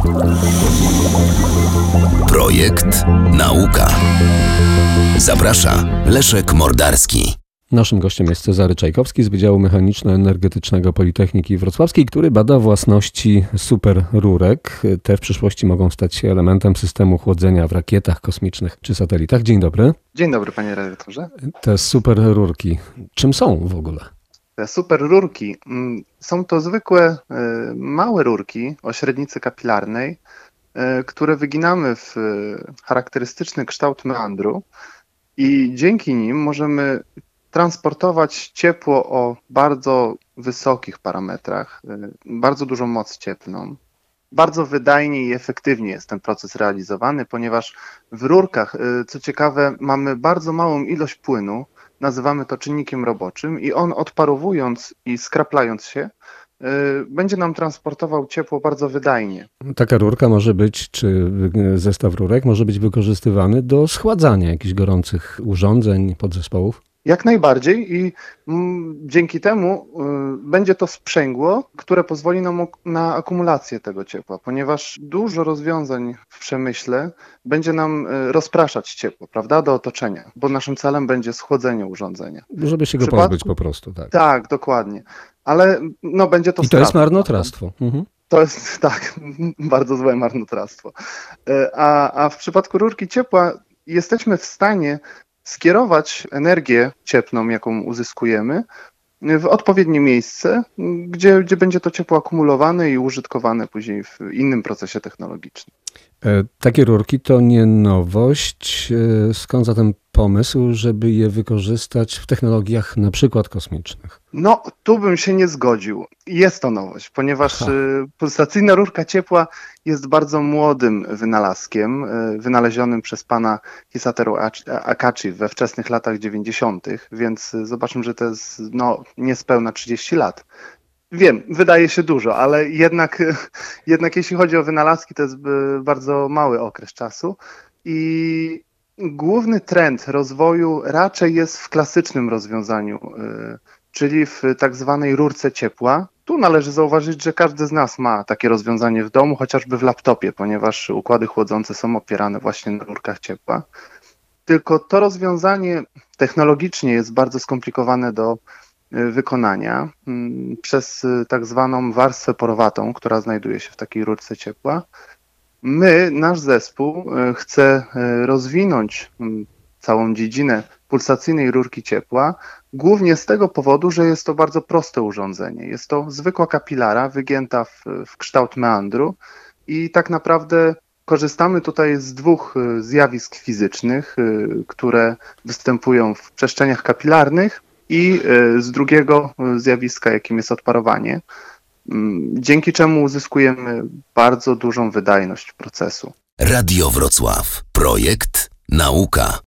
Projekt Nauka. Zaprasza Leszek Mordarski. Naszym gościem jest Cezary Czajkowski z Wydziału Mechaniczno-Energetycznego Politechniki Wrocławskiej, który bada własności superrurek. Te w przyszłości mogą stać się elementem systemu chłodzenia w rakietach kosmicznych czy satelitach. Dzień dobry. Dzień dobry, panie redaktorze. Te superrurki, czym są w ogóle? Te superrurki są to zwykłe, małe rurki o średnicy kapilarnej, które wyginamy w charakterystyczny kształt meandru i dzięki nim możemy transportować ciepło o bardzo wysokich parametrach, bardzo dużą moc cieplną. Bardzo wydajnie i efektywnie jest ten proces realizowany, ponieważ w rurkach, co ciekawe, mamy bardzo małą ilość płynu, nazywamy to czynnikiem roboczym i on odparowując i skraplając się, będzie nam transportował ciepło bardzo wydajnie. Taka rurka może być, czy zestaw rurek może być wykorzystywany do schładzania jakichś gorących urządzeń, podzespołów? Jak najbardziej i dzięki temu będzie to sprzęgło, które pozwoli nam na akumulację tego ciepła, ponieważ dużo rozwiązań w przemyśle będzie nam rozpraszać ciepło, prawda, do otoczenia, bo naszym celem będzie schłodzenie urządzenia. Żeby się go pozbyć po prostu, tak. Tak, dokładnie, ale będzie to I to jest marnotrawstwo. Mhm. To jest, tak, bardzo złe marnotrawstwo. A w przypadku rurki ciepła jesteśmy w stanie skierować energię cieplną, jaką uzyskujemy, w odpowiednie miejsce, gdzie będzie to ciepło akumulowane i użytkowane później w innym procesie technologicznym. Takie rurki to nie nowość. Skąd zatem pomysł, żeby je wykorzystać w technologiach na przykład kosmicznych? No, tu bym się nie zgodził. Jest to nowość, ponieważ pulsacyjna rurka ciepła jest bardzo młodym wynalazkiem, wynalezionym przez pana Hisateru Akachi we wczesnych latach 90., więc zobaczmy, że to jest niespełna 30 lat. Wiem, wydaje się dużo, ale jednak jeśli chodzi o wynalazki, to jest bardzo mały okres czasu i główny trend rozwoju raczej jest w klasycznym rozwiązaniu, czyli w tak zwanej rurce ciepła. Tu należy zauważyć, że każdy z nas ma takie rozwiązanie w domu, chociażby w laptopie, ponieważ układy chłodzące są opierane właśnie na rurkach ciepła. Tylko to rozwiązanie technologicznie jest bardzo skomplikowane do wykonania przez tak zwaną warstwę porowatą, która znajduje się w takiej rurce ciepła. Nasz zespół chce rozwinąć całą dziedzinę pulsacyjnej rurki ciepła, głównie z tego powodu, że jest to bardzo proste urządzenie. Jest to zwykła kapilara wygięta w kształt meandru i tak naprawdę korzystamy tutaj z dwóch zjawisk fizycznych, które występują w przestrzeniach kapilarnych i z drugiego zjawiska, jakim jest odparowanie, dzięki czemu uzyskujemy bardzo dużą wydajność procesu. Radio Wrocław. Projekt Nauka.